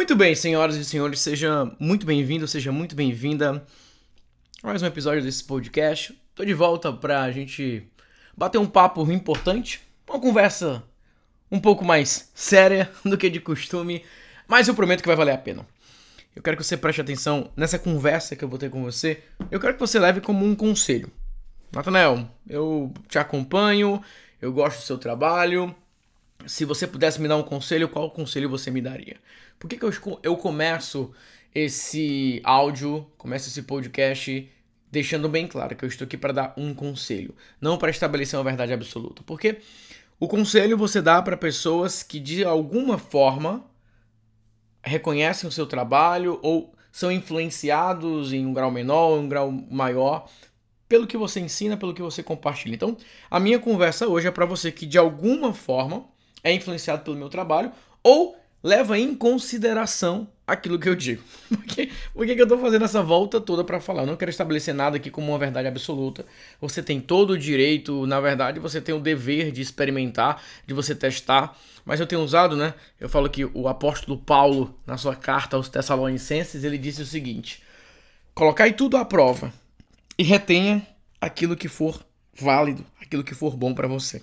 Muito bem, senhoras e senhores, seja muito bem-vindo, seja muito bem-vinda a mais um episódio desse podcast. Tô de volta pra gente bater um papo importante, uma conversa um pouco mais séria do que de costume, mas eu prometo que vai valer a pena. Eu quero que você preste atenção nessa conversa que eu vou ter com você. Eu quero que você leve como um conselho. Natanael, eu te acompanho, eu gosto do seu trabalho. Se você pudesse me dar um conselho, qual conselho você me daria? Por que eu começo esse áudio, começo esse podcast deixando bem claro que eu estou aqui para dar um conselho, não para estabelecer uma verdade absoluta? Porque o conselho você dá para pessoas que de alguma forma reconhecem o seu trabalho ou são influenciados em um grau menor ou um grau maior pelo que você ensina, pelo que você compartilha. Então, a minha conversa hoje é para você que de alguma forma é influenciado pelo meu trabalho ou leva em consideração aquilo que eu digo. Por que eu tô fazendo essa volta toda para falar? Eu não quero estabelecer nada aqui como uma verdade absoluta. Você tem todo o direito, na verdade, você tem o dever de experimentar, de você testar. Mas eu tenho usado, né? Eu falo que o apóstolo Paulo, na sua carta aos Tessalonicenses, ele disse o seguinte: colocai tudo à prova e retenha aquilo que for válido, aquilo que for bom para você.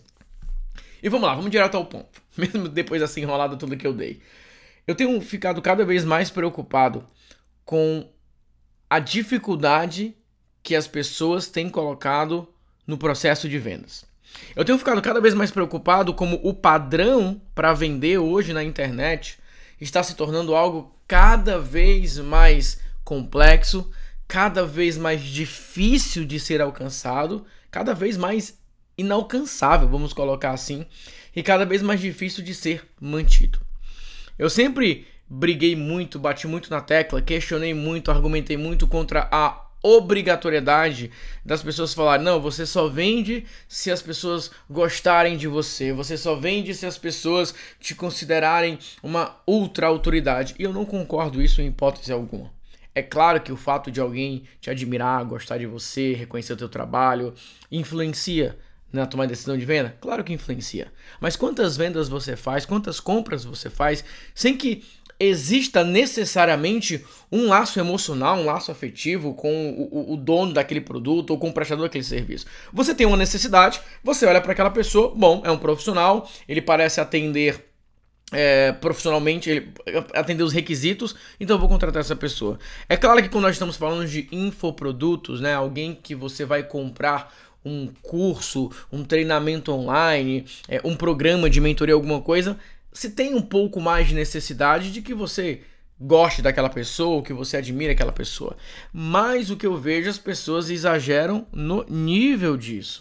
E vamos lá, vamos direto ao ponto. Mesmo depois dessa enrolada tudo que eu dei. Eu tenho ficado cada vez mais preocupado com a dificuldade que as pessoas têm colocado no processo de vendas. Eu tenho ficado cada vez mais preocupado como o padrão para vender hoje na internet está se tornando algo cada vez mais complexo, cada vez mais difícil de ser alcançado, cada vez mais inalcançável, vamos colocar assim, e cada vez mais difícil de ser mantido. Eu sempre briguei muito, bati muito na tecla, questionei muito, argumentei muito contra a obrigatoriedade das pessoas falarem: não, você só vende se as pessoas gostarem de você, você só vende se as pessoas te considerarem uma ultra autoridade. E eu não concordo isso em hipótese alguma. É claro que o fato de alguém te admirar, gostar de você, reconhecer o teu trabalho, influencia na tomada de decisão de venda? Claro que influencia. Mas quantas vendas você faz, quantas compras você faz, sem que exista necessariamente um laço emocional, um laço afetivo com o dono daquele produto ou com o prestador daquele serviço? Você tem uma necessidade, você olha para aquela pessoa, bom, é um profissional, ele parece atender profissionalmente, ele atender os requisitos, então eu vou contratar essa pessoa. É claro que quando nós estamos falando de infoprodutos, né, alguém que você vai comprar um curso, um treinamento online, um programa de mentoria, alguma coisa, se tem um pouco mais de necessidade de que você goste daquela pessoa, que você admire aquela pessoa. Mas o que eu vejo, as pessoas exageram no nível disso.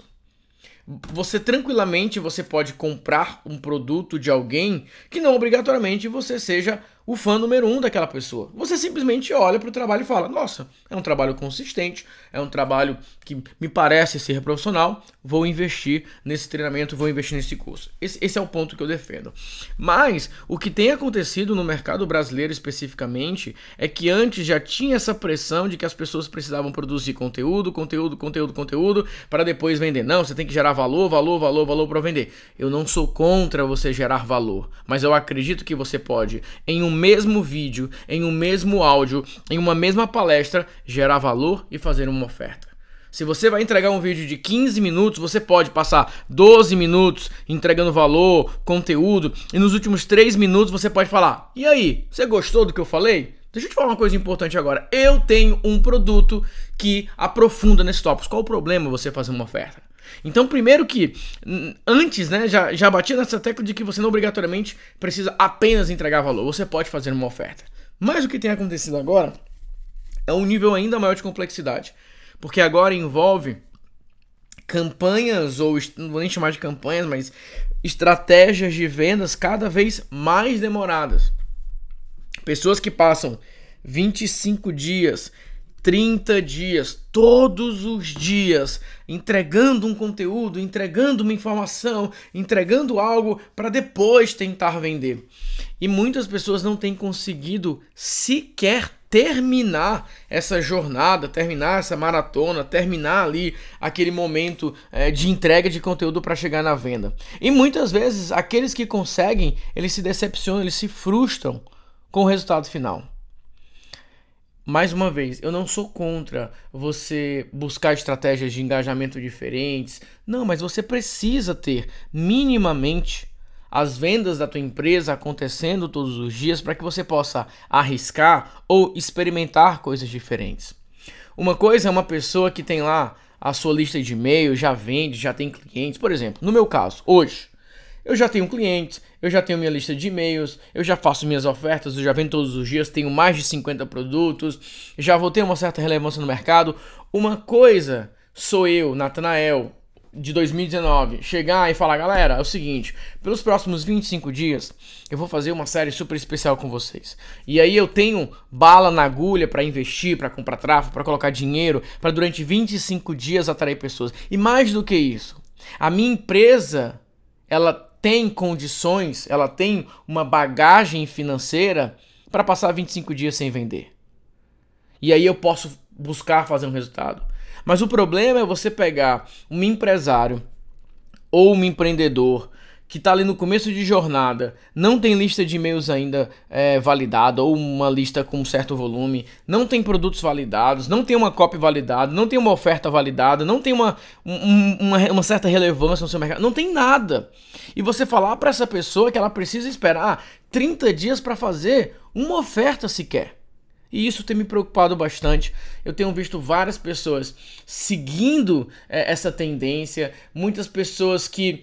Você tranquilamente você pode comprar um produto de alguém que não obrigatoriamente você seja o fã número 1 daquela pessoa. Você simplesmente olha para o trabalho e fala: nossa, é um trabalho consistente, é um trabalho que me parece ser profissional, vou investir nesse treinamento, vou investir nesse curso. Esse é o ponto que eu defendo. Mas o que tem acontecido no mercado brasileiro especificamente é que antes já tinha essa pressão de que as pessoas precisavam produzir conteúdo para depois vender. Não, você tem que gerar valor para vender. Eu não sou contra você gerar valor, mas eu acredito que você pode, em um mesmo vídeo, em um mesmo áudio, em uma mesma palestra, gerar valor e fazer uma oferta. Se você vai entregar um vídeo de 15 minutos, você pode passar 12 minutos entregando valor, conteúdo, e nos últimos 3 minutos você pode falar: e aí, você gostou do que eu falei? Deixa eu te falar uma coisa importante agora. Eu tenho um produto que aprofunda nesse tópico. Qual o problema você fazer uma oferta? Então, primeiro que, antes, né, já bati nessa tecla de que você não obrigatoriamente precisa apenas entregar valor. Você pode fazer uma oferta. Mas o que tem acontecido agora é um nível ainda maior de complexidade. Porque agora envolve campanhas, ou não vou nem chamar de campanhas, mas estratégias de vendas cada vez mais demoradas. Pessoas que passam 25 dias, 30 dias, todos os dias, entregando um conteúdo, entregando uma informação, entregando algo para depois tentar vender. E muitas pessoas não têm conseguido sequer terminar essa jornada, terminar essa maratona, terminar ali aquele momento de entrega de conteúdo para chegar na venda. E muitas vezes aqueles que conseguem, eles se decepcionam, eles se frustram com o resultado final. Mais uma vez, eu não sou contra você buscar estratégias de engajamento diferentes. Não, mas você precisa ter minimamente as vendas da tua empresa acontecendo todos os dias para que você possa arriscar ou experimentar coisas diferentes. Uma coisa é uma pessoa que tem lá a sua lista de e-mail, já vende, já tem clientes. Por exemplo, no meu caso, hoje, eu já tenho clientes, eu já tenho minha lista de e-mails, eu já faço minhas ofertas, eu já vendo todos os dias, tenho mais de 50 produtos, já vou ter uma certa relevância no mercado. Uma coisa sou eu, Natanael, de 2019, chegar e falar, galera, é o seguinte, pelos próximos 25 dias, eu vou fazer uma série super especial com vocês. E aí eu tenho bala na agulha para investir, para comprar tráfego, para colocar dinheiro, para durante 25 dias atrair pessoas. E mais do que isso, a minha empresa, ela tem condições, ela tem uma bagagem financeira para passar 25 dias sem vender. E aí eu posso buscar fazer um resultado. Mas o problema é você pegar um empresário ou um empreendedor que está ali no começo de jornada, não tem lista de e-mails ainda validada ou uma lista com um certo volume, não tem produtos validados, não tem uma copy validada, não tem uma oferta validada, não tem uma certa relevância no seu mercado, não tem nada. E você falar para essa pessoa que ela precisa esperar 30 dias para fazer uma oferta sequer. E isso tem me preocupado bastante. Eu tenho visto várias pessoas seguindo essa tendência, muitas pessoas que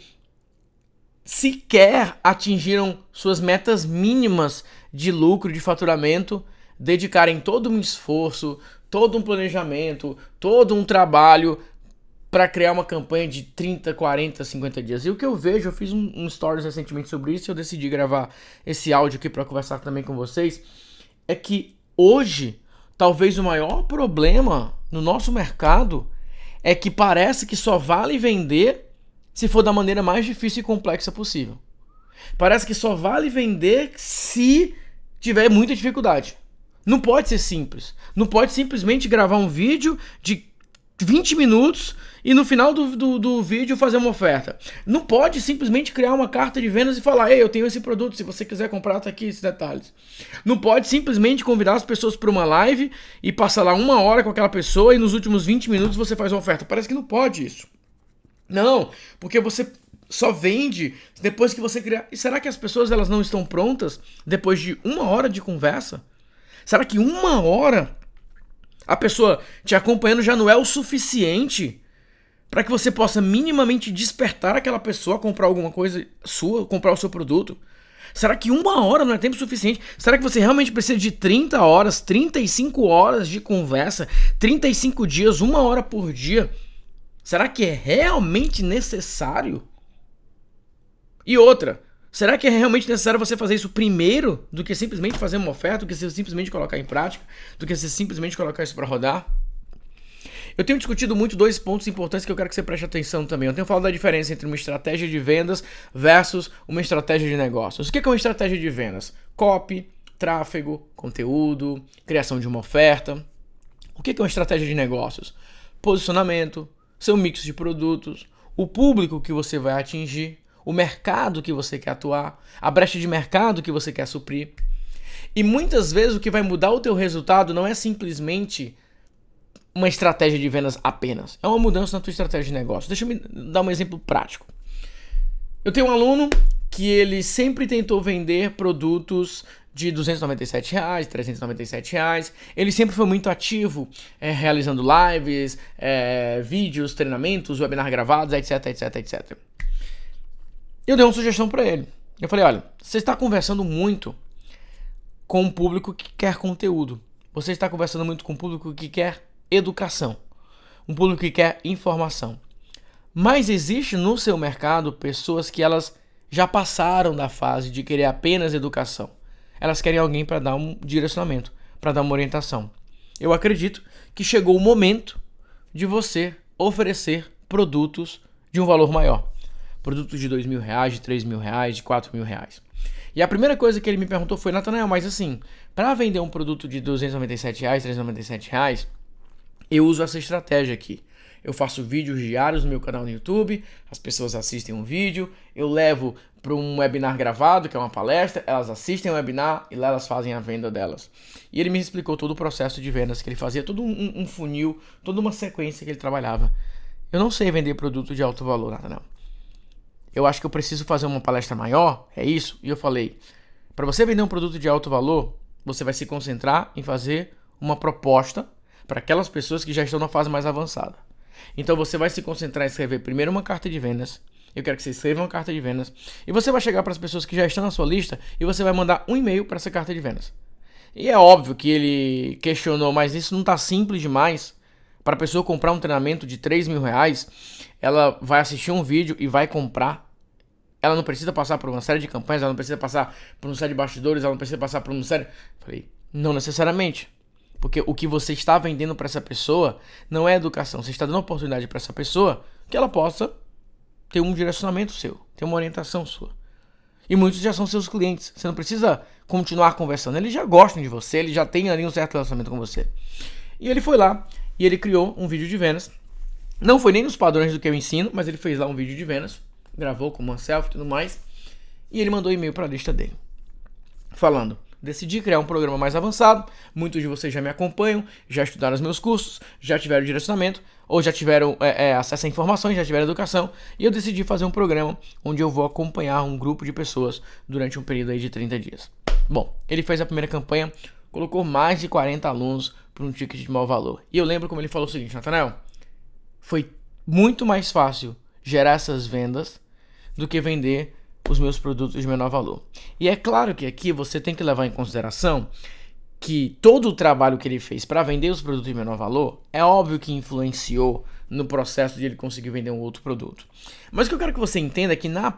sequer atingiram suas metas mínimas de lucro, de faturamento, dedicarem todo um esforço, todo um planejamento, todo um trabalho para criar uma campanha de 30, 40, 50 dias. E o que eu vejo, eu fiz um stories recentemente sobre isso e eu decidi gravar esse áudio aqui para conversar também com vocês, é que hoje, talvez o maior problema no nosso mercado é que parece que só vale vender se for da maneira mais difícil e complexa possível. Parece que só vale vender se tiver muita dificuldade. Não pode ser simples. Não pode simplesmente gravar um vídeo de 20 minutos e no final do vídeo fazer uma oferta. Não pode simplesmente criar uma carta de vendas e falar, ei, eu tenho esse produto, se você quiser comprar, tá aqui esses detalhes. Não pode simplesmente convidar as pessoas para uma live e passar lá 1 hora com aquela pessoa e nos últimos 20 minutos você faz uma oferta. Parece que não pode isso. Não, porque você só vende depois que você criar. E será que as pessoas elas não estão prontas depois de 1 hora de conversa? Será que 1 hora a pessoa te acompanhando já não é o suficiente para que você possa minimamente despertar aquela pessoa a comprar alguma coisa sua, comprar o seu produto? Será que 1 hora não é tempo suficiente? Será que você realmente precisa de 30 horas, 35 horas de conversa, 35 dias, 1 hora por dia? Será que é realmente necessário? E outra, será que é realmente necessário você fazer isso primeiro do que simplesmente fazer uma oferta, do que você simplesmente colocar em prática, do que você simplesmente colocar isso para rodar? Eu tenho discutido muito 2 pontos importantes que eu quero que você preste atenção também. Eu tenho falado da diferença entre uma estratégia de vendas versus uma estratégia de negócios. O que é uma estratégia de vendas? Copy, tráfego, conteúdo, criação de uma oferta. O que é uma estratégia de negócios? Posicionamento, seu mix de produtos, o público que você vai atingir, o mercado que você quer atuar, a brecha de mercado que você quer suprir. E muitas vezes o que vai mudar o teu resultado não é simplesmente uma estratégia de vendas apenas. É uma mudança na tua estratégia de negócio. Deixa eu me dar um exemplo prático. Eu tenho um aluno que ele sempre tentou vender produtos de R$297, R$397. Ele sempre foi muito ativo, realizando lives, vídeos, treinamentos, webinars gravados, etc, etc, etc. Eu dei uma sugestão para ele. Eu falei, olha, você está conversando muito com um público que quer conteúdo. Você está conversando muito com um público que quer educação. Um público que quer informação. Mas existe no seu mercado pessoas que elas já passaram da fase de querer apenas educação. Elas querem alguém para dar um direcionamento, para dar uma orientação. Eu acredito que chegou o momento de você oferecer produtos de um valor maior. Produtos de R$2.000, de R$3.000, de R$4.000. E a primeira coisa que ele me perguntou foi, Natanael, mas assim, para vender um produto de R$297, R$397, eu uso essa estratégia aqui. Eu faço vídeos diários no meu canal no YouTube, as pessoas assistem um vídeo, eu levo para um webinar gravado, que é uma palestra, elas assistem o webinar e lá elas fazem a venda delas. E ele me explicou todo o processo de vendas que ele fazia, todo um funil, toda uma sequência que ele trabalhava. Eu não sei vender produto de alto valor, nada não. Eu acho que eu preciso fazer uma palestra maior, é isso? E eu falei, para você vender um produto de alto valor, você vai se concentrar em fazer uma proposta para aquelas pessoas que já estão na fase mais avançada. Então você vai se concentrar em escrever primeiro uma carta de vendas. Eu quero que você escreva uma carta de vendas. E você vai chegar para as pessoas que já estão na sua lista e você vai mandar um e-mail para essa carta de vendas. E é óbvio que ele questionou, mas isso não está simples demais? Para a pessoa comprar um treinamento de 3 mil reais, ela vai assistir um vídeo e vai comprar. Ela não precisa passar por uma série de campanhas, ela não precisa passar por uma série de bastidores, ela não precisa passar por uma série... Falei, não necessariamente. Porque o que você está vendendo para essa pessoa não é educação. Você está dando oportunidade para essa pessoa que ela possa ter um direcionamento seu, ter uma orientação sua. E muitos já são seus clientes. Você não precisa continuar conversando. Eles já gostam de você, eles já têm ali um certo relacionamento com você. E ele foi lá e ele criou um vídeo de vendas. Não foi nem nos padrões do que eu ensino, mas ele fez lá um vídeo de vendas. Gravou com uma selfie e tudo mais. E ele mandou e-mail para a lista dele. Falando, decidi criar um programa mais avançado. Muitos de vocês já me acompanham, já estudaram os meus cursos, já tiveram direcionamento, ou já tiveram acesso a informações, já tiveram educação. E eu decidi fazer um programa onde eu vou acompanhar um grupo de pessoas durante um período aí de 30 dias. Bom, ele fez a primeira campanha, colocou mais de 40 alunos por um ticket de mau valor. E eu lembro como ele falou o seguinte, Natanael, foi muito mais fácil gerar essas vendas do que vender os meus produtos de menor valor. E é claro que aqui você tem que levar em consideração que todo o trabalho que ele fez para vender os produtos de menor valor é óbvio que influenciou no processo de ele conseguir vender um outro produto. Mas o que eu quero que você entenda é que na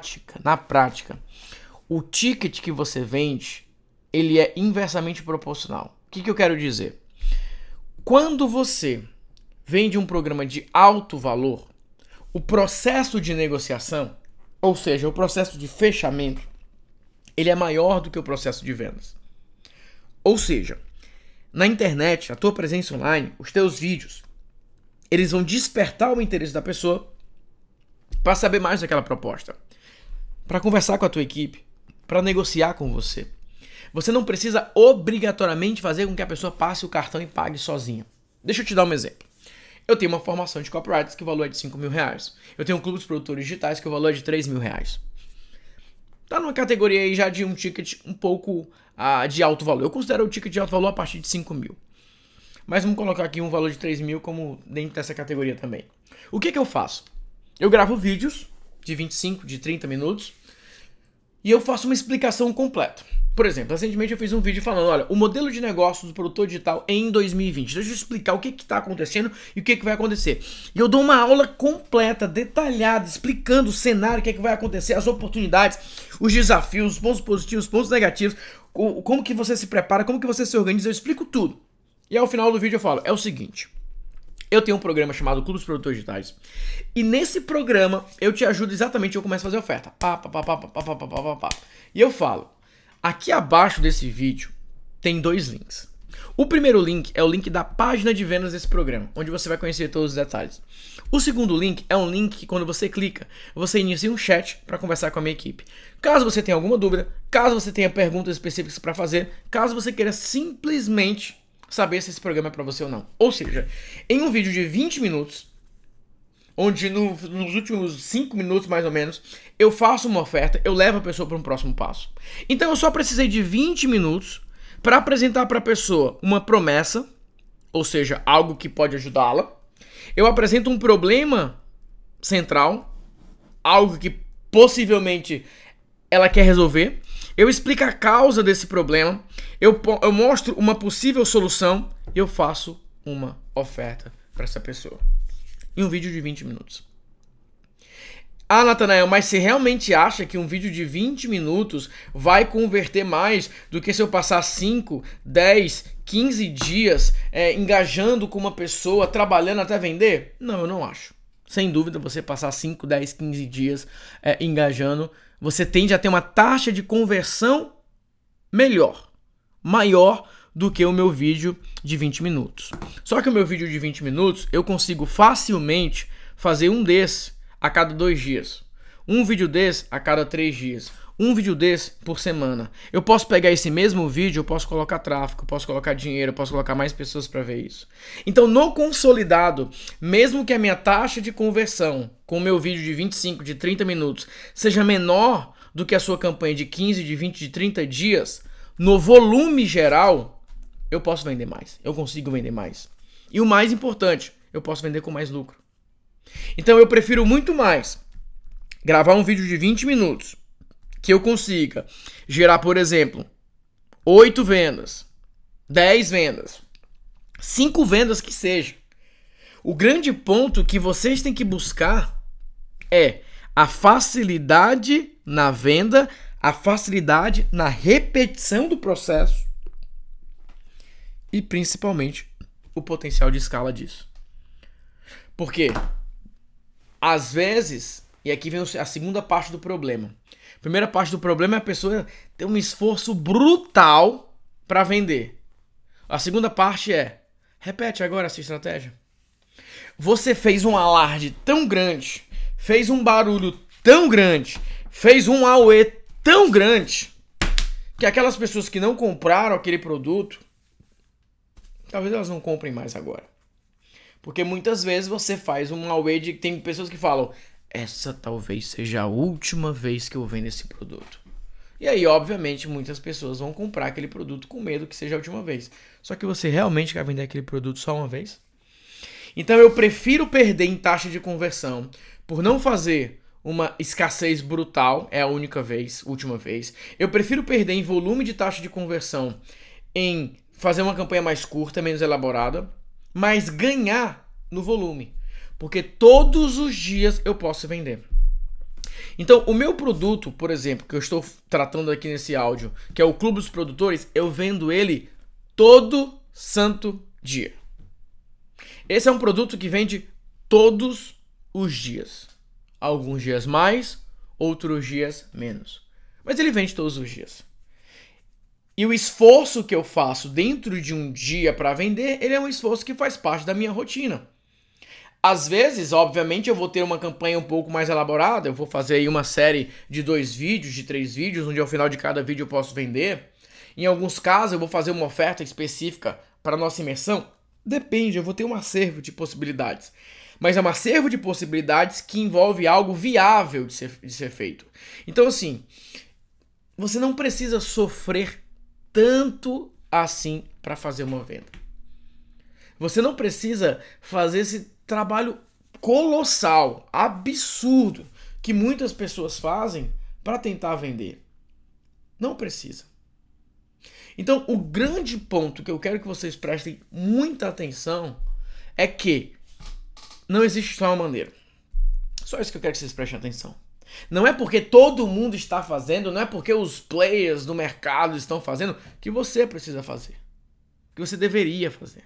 prática, o ticket que você vende, ele é inversamente proporcional. O que eu quero dizer? Quando você vende um programa de alto valor, o processo de negociação, ou seja, o processo de fechamento, ele é maior do que o processo de vendas. Ou seja, na internet, a tua presença online, os teus vídeos, eles vão despertar o interesse da pessoa para saber mais daquela proposta, para conversar com a tua equipe, para negociar com você. Você não precisa obrigatoriamente fazer com que a pessoa passe o cartão e pague sozinha. Deixa eu te dar um exemplo. Eu tenho uma formação de copywriters que o valor é de 5 mil reais. Eu tenho um clube de produtores digitais que o valor é de 3 mil reais. Tá numa categoria aí já de um ticket um pouco de alto valor. Eu considero o ticket de alto valor a partir de 5 mil. Mas vamos colocar aqui um valor de 3 mil como dentro dessa categoria também. O que eu faço? Eu gravo vídeos de 25, de 30 minutos e eu faço uma explicação completa. Por exemplo, recentemente eu fiz um vídeo falando, olha, o modelo de negócio do produtor digital em 2020. Deixa eu explicar o que está acontecendo e o que vai acontecer. E eu dou uma aula completa, detalhada, explicando o cenário, o que vai acontecer, as oportunidades, os desafios, os pontos positivos, os pontos negativos, como que você se prepara, como que você se organiza, eu explico tudo. E ao final do vídeo eu falo, é o seguinte, eu tenho um programa chamado Clube dos Produtores Digitais. E nesse programa eu te ajudo exatamente, eu começo a fazer oferta. E eu falo, aqui abaixo desse vídeo tem 2 links. O primeiro link é o link da página de vendas desse programa, onde você vai conhecer todos os detalhes. O segundo link é um link que quando você clica, você inicia um chat para conversar com a minha equipe. Caso você tenha alguma dúvida, caso você tenha perguntas específicas para fazer, caso você queira simplesmente saber se esse programa é para você ou não. Ou seja, em um vídeo de 20 minutos, onde nos últimos 5 minutos mais ou menos, eu faço uma oferta, eu levo a pessoa para um próximo passo. Então eu só precisei de 20 minutos para apresentar para a pessoa uma promessa, ou seja, algo que pode ajudá-la. Eu apresento um problema central, algo que possivelmente ela quer resolver. Eu explico a causa desse problema, eu mostro uma possível solução e eu faço uma oferta para essa pessoa. Em um vídeo de 20 minutos. Ah, Natanael, mas você realmente acha que um vídeo de 20 minutos vai converter mais do que se eu passar 5, 10, 15 dias engajando com uma pessoa, trabalhando até vender? Não, eu não acho. Sem dúvida, você passar 5, 10, 15 dias engajando, você tende a ter uma taxa de conversão melhor, maior do que o meu vídeo de 20 minutos. Só que o meu vídeo de 20 minutos, eu consigo facilmente fazer um desse a cada 2 dias. Um vídeo desse a cada 3 dias. Um vídeo desse por semana. Eu posso pegar esse mesmo vídeo, eu posso colocar tráfego, eu posso colocar dinheiro, eu posso colocar mais pessoas para ver isso. Então, no consolidado, mesmo que a minha taxa de conversão com o meu vídeo de 25, de 30 minutos seja menor do que a sua campanha de 15, de 20, de 30 dias, no volume geral, eu posso vender mais. Eu consigo vender mais. E o mais importante, eu posso vender com mais lucro. Então, eu prefiro muito mais gravar um vídeo de 20 minutos que eu consiga gerar, por exemplo, 8 vendas, 10 vendas, 5 vendas que seja. O grande ponto que vocês têm que buscar é a facilidade na venda, a facilidade na repetição do processo e principalmente o potencial de escala disso. Porque às vezes, e aqui vem a segunda parte do problema. A primeira parte do problema é a pessoa ter um esforço brutal para vender. A segunda parte é, repete agora essa estratégia. Você fez um alarde tão grande, fez um barulho tão grande, fez um auê tão grande, que aquelas pessoas que não compraram aquele produto, talvez elas não comprem mais agora. Porque muitas vezes você faz um auê de... Tem pessoas que falam, essa talvez seja a última vez que eu vendo esse produto. E aí, obviamente, muitas pessoas vão comprar aquele produto com medo que seja a última vez. Só que você realmente quer vender aquele produto só uma vez? Então eu prefiro perder em taxa de conversão por não fazer uma escassez brutal, é a única vez, última vez. Eu prefiro perder em volume de taxa de conversão em fazer uma campanha mais curta, menos elaborada, mas ganhar no volume. Porque todos os dias eu posso vender. Então, o meu produto, por exemplo, que eu estou tratando aqui nesse áudio, que é o Clube dos Produtores, eu vendo ele todo santo dia. Esse é um produto que vende todos os dias. Alguns dias mais, outros dias menos. Mas ele vende todos os dias. E o esforço que eu faço dentro de um dia para vender, ele é um esforço que faz parte da minha rotina. Às vezes, obviamente, eu vou ter uma campanha um pouco mais elaborada, eu vou fazer aí uma série de 2 vídeos, de 3 vídeos, onde ao final de cada vídeo eu posso vender. Em alguns casos, eu vou fazer uma oferta específica para a nossa imersão. Depende, eu vou ter um acervo de possibilidades. Mas é um acervo de possibilidades que envolve algo viável de ser feito. Então, assim, você não precisa sofrer tanto assim para fazer uma venda. Você não precisa fazer esse trabalho colossal, absurdo, que muitas pessoas fazem para tentar vender. Não precisa. Então, o grande ponto que eu quero que vocês prestem muita atenção é que não existe só uma maneira. Só isso que eu quero que vocês prestem atenção. Não é porque todo mundo está fazendo, não é porque os players do mercado estão fazendo, que você precisa fazer. Que você deveria fazer.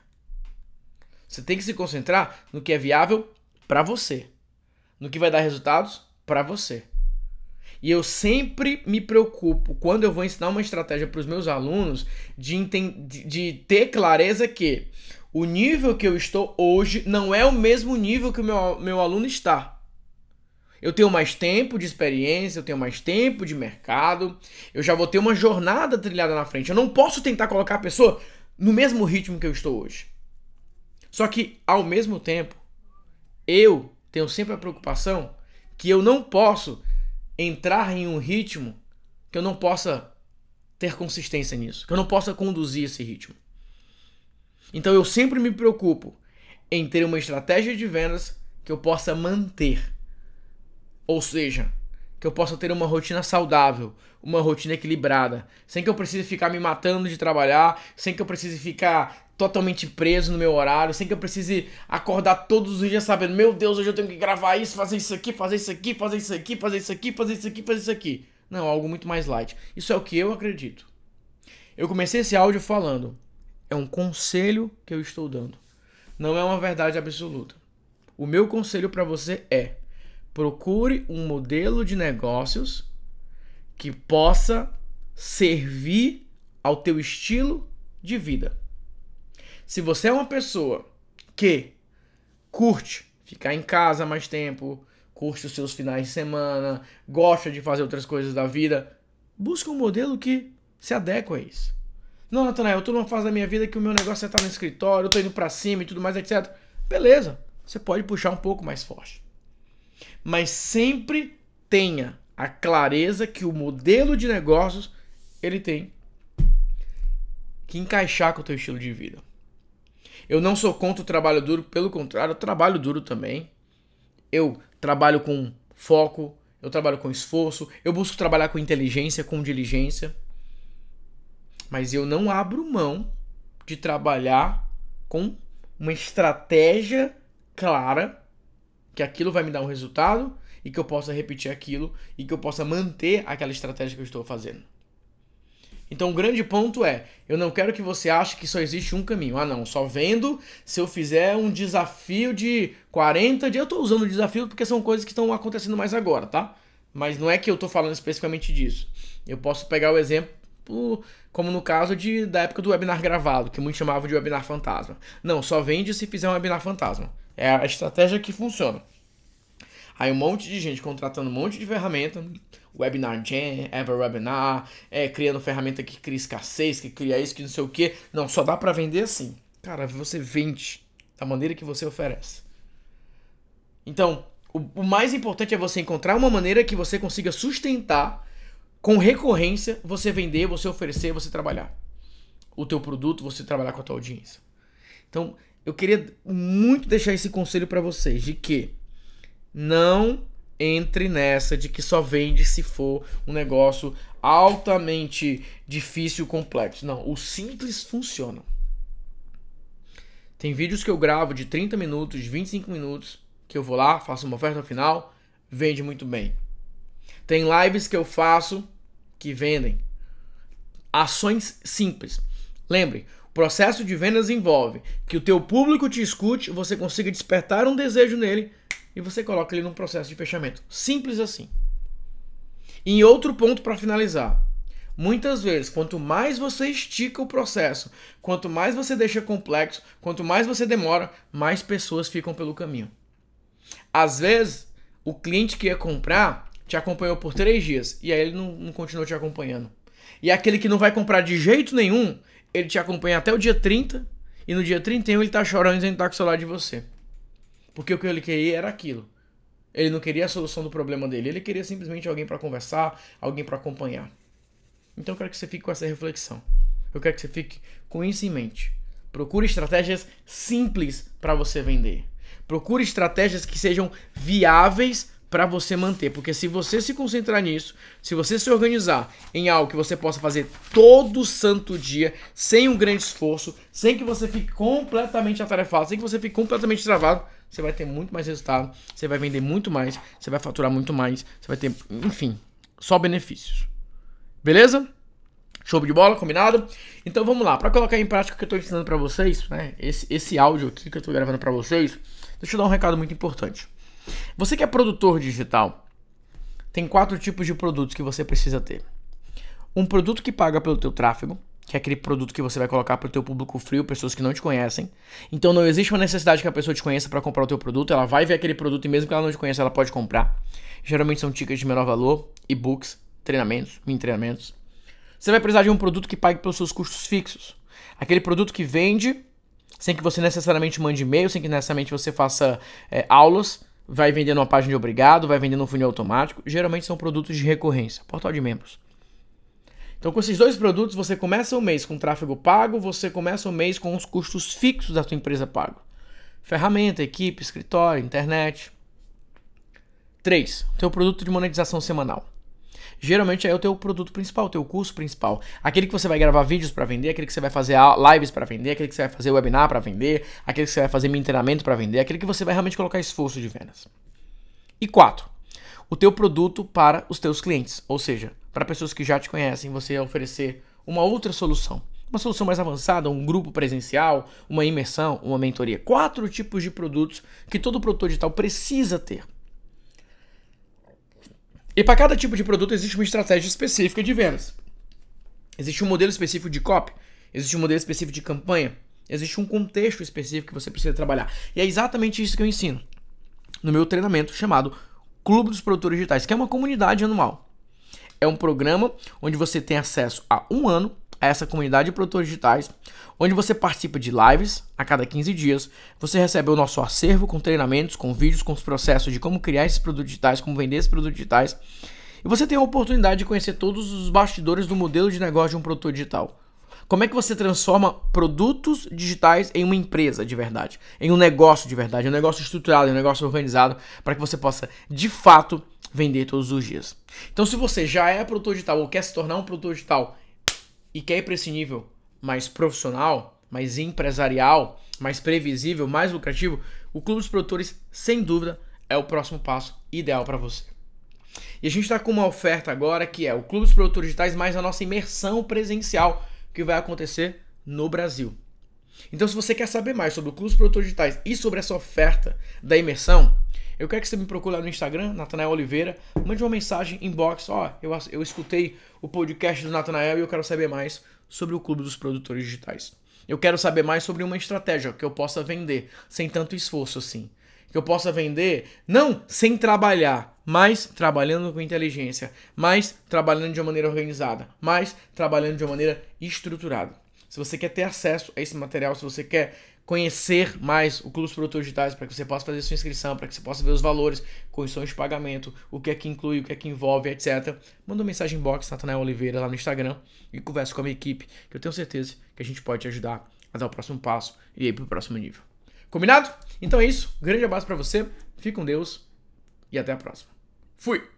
Você tem que se concentrar no que é viável para você. No que vai dar resultados para você. E eu sempre me preocupo, quando eu vou ensinar uma estratégia para os meus alunos, de ter clareza que o nível que eu estou hoje não é o mesmo nível que o meu aluno está. Eu tenho mais tempo de experiência, eu tenho mais tempo de mercado, eu já vou ter uma jornada trilhada na frente. Eu não posso tentar colocar a pessoa no mesmo ritmo que eu estou hoje. Só que, ao mesmo tempo, eu tenho sempre a preocupação que eu não posso entrar em um ritmo que eu não possa ter consistência nisso, que eu não possa conduzir esse ritmo. Então eu sempre me preocupo em ter uma estratégia de vendas que eu possa manter. Ou seja, que eu possa ter uma rotina saudável, uma rotina equilibrada, sem que eu precise ficar me matando de trabalhar, sem que eu precise ficar totalmente preso no meu horário, sem que eu precise acordar todos os dias sabendo, meu Deus, hoje eu tenho que gravar isso, fazer isso aqui, fazer isso aqui, fazer isso aqui, fazer isso aqui, fazer isso aqui, fazer isso aqui. Não, algo muito mais light. Isso é o que eu acredito. Eu comecei esse áudio falando, é um conselho que eu estou dando. Não é uma verdade absoluta. O meu conselho para você é, procure um modelo de negócios que possa servir ao teu estilo de vida. Se você é uma pessoa que curte ficar em casa mais tempo, curte os seus finais de semana, gosta de fazer outras coisas da vida. Busca um modelo que se adequa a isso. Não, Natanael, eu tô numa fase da minha vida que o meu negócio é estar no escritório, eu tô indo pra cima e tudo mais, etc. Beleza, você pode puxar um pouco mais forte. Mas sempre tenha a clareza que o modelo de negócios, ele tem que encaixar com o teu estilo de vida. Eu não sou contra o trabalho duro, pelo contrário, eu trabalho duro também. Eu trabalho com foco, eu trabalho com esforço, eu busco trabalhar com inteligência, com diligência. Mas eu não abro mão de trabalhar com uma estratégia clara, que aquilo vai me dar um resultado e que eu possa repetir aquilo e que eu possa manter aquela estratégia que eu estou fazendo. Então o grande ponto é, eu não quero que você ache que só existe um caminho. Ah não, só vendo se eu fizer um desafio de 40 dias. Eu estou usando o desafio porque são coisas que estão acontecendo mais agora, tá? Mas não é que eu estou falando especificamente disso. Eu posso pegar o exemplo como no caso da época do webinar gravado, que muitos chamavam de webinar fantasma. Não, só vende se fizer um webinar fantasma. É a estratégia que funciona. Aí um monte de gente contratando um monte de ferramenta, Webinar Jam, EverWebinar, criando ferramenta que cria escassez, que cria isso, que não sei o que. Não, só dá pra vender assim. Cara, você vende da maneira que você oferece. Então, o mais importante é você encontrar uma maneira que você consiga sustentar com recorrência, você vender, você oferecer, você trabalhar o teu produto, você trabalhar com a tua audiência. Então, eu queria muito deixar esse conselho para vocês, de que não entre nessa de que só vende se for um negócio altamente difícil e complexo. Não, o simples funciona. Tem vídeos que eu gravo de 30 minutos, de 25 minutos, que eu vou lá, faço uma oferta final, vende muito bem. Tem lives que eu faço que vendem. Ações simples. Lembre, o processo de vendas envolve que o teu público te escute, você consiga despertar um desejo nele e você coloca ele num processo de fechamento. Simples assim. E outro ponto para finalizar. Muitas vezes, quanto mais você estica o processo, quanto mais você deixa complexo, quanto mais você demora, mais pessoas ficam pelo caminho. Às vezes, o cliente que ia comprar te acompanhou por 3 dias e aí ele não continuou te acompanhando. E aquele que não vai comprar de jeito nenhum, ele te acompanha até o dia 30 e no dia 31 ele tá chorando dizendo que tá com o celular de você. Porque o que ele queria era aquilo. Ele não queria a solução do problema dele, ele queria simplesmente alguém para conversar, alguém para acompanhar. Então eu quero que você fique com essa reflexão. Eu quero que você fique com isso em mente. Procure estratégias simples para você vender. Procure estratégias que sejam viáveis para você manter. Porque se você se concentrar nisso, se você se organizar em algo que você possa fazer todo santo dia, sem um grande esforço, sem que você fique completamente atarefado, sem que você fique completamente travado, você vai ter muito mais resultado, você vai vender muito mais, você vai faturar muito mais, você vai ter, enfim, só benefícios. Beleza? Show de bola, combinado? Então vamos lá, para colocar em prática o que eu estou ensinando para vocês, né? Esse áudio aqui que eu estou gravando para vocês, deixa eu dar um recado muito importante. Você que é produtor digital, tem 4 tipos de produtos que você precisa ter. Um produto que paga pelo teu tráfego, que é aquele produto que você vai colocar para o teu público frio, pessoas que não te conhecem. Então não existe uma necessidade que a pessoa te conheça para comprar o teu produto, ela vai ver aquele produto e mesmo que ela não te conheça, ela pode comprar. Geralmente são tickets de menor valor, e-books, treinamentos, mini treinamentos. Você vai precisar de um produto que pague pelos seus custos fixos. Aquele produto que vende, sem que você necessariamente mande e-mail, sem que necessariamente você faça aulas, vai vender numa página de obrigado, vai vender num funil automático. Geralmente são produtos de recorrência, portal de membros. Então com esses 2 produtos você começa o mês com tráfego pago, você começa o mês com os custos fixos da sua empresa pago. Ferramenta, equipe, escritório, internet. 3. Teu produto de monetização semanal. Geralmente é o teu produto principal, o teu curso principal. Aquele que você vai gravar vídeos para vender, aquele que você vai fazer lives para vender, aquele que você vai fazer webinar para vender, aquele que você vai fazer mini treinamento para vender, aquele que você vai realmente colocar esforço de vendas. E 4, o teu produto para os teus clientes, ou seja, para pessoas que já te conhecem, você oferecer uma outra solução. Uma solução mais avançada, um grupo presencial, uma imersão, uma mentoria. 4 tipos de produtos que todo produtor digital precisa ter. E para cada tipo de produto existe uma estratégia específica de vendas. Existe um modelo específico de copy, existe um modelo específico de campanha, existe um contexto específico que você precisa trabalhar. E é exatamente isso que eu ensino no meu treinamento chamado Clube dos Produtores Digitais, que é uma comunidade anual. É um programa onde você tem acesso a um ano a essa comunidade de produtores digitais, onde você participa de lives a cada 15 dias, você recebe o nosso acervo com treinamentos, com vídeos, com os processos de como criar esses produtos digitais, como vender esses produtos digitais, e você tem a oportunidade de conhecer todos os bastidores do modelo de negócio de um produtor digital. Como é que você transforma produtos digitais em uma empresa de verdade, em um negócio de verdade, um negócio estruturado, um negócio organizado, para que você possa, de fato, vender todos os dias. Então, se você já é produtor digital ou quer se tornar um produtor digital e quer ir para esse nível mais profissional, mais empresarial, mais previsível, mais lucrativo, o Clube dos Produtores, sem dúvida, é o próximo passo ideal para você. E a gente está com uma oferta agora que é o Clube dos Produtores Digitais mais a nossa imersão presencial que vai acontecer no Brasil. Então, se você quer saber mais sobre o Clube dos Produtores Digitais e sobre essa oferta da imersão, eu quero que você me procure lá no Instagram, Natanael Oliveira, mande uma mensagem, inbox, eu escutei o podcast do Natanael e eu quero saber mais sobre o Clube dos Produtores Digitais. Eu quero saber mais sobre uma estratégia que eu possa vender sem tanto esforço assim. Que eu possa vender não sem trabalhar, mas trabalhando com inteligência, mas trabalhando de uma maneira organizada, mas trabalhando de uma maneira estruturada. Se você quer ter acesso a esse material, se você quer conhecer mais o Clube dos Produtores Digitais, para que você possa fazer sua inscrição, para que você possa ver os valores, condições de pagamento, o que é que inclui, o que é que envolve, etc. Manda uma mensagem inbox, Natanael Oliveira, lá no Instagram, e conversa com a minha equipe, que eu tenho certeza que a gente pode te ajudar a dar o próximo passo e ir para o próximo nível. Combinado? Então é isso. Grande abraço para você, fique com Deus e até a próxima. Fui!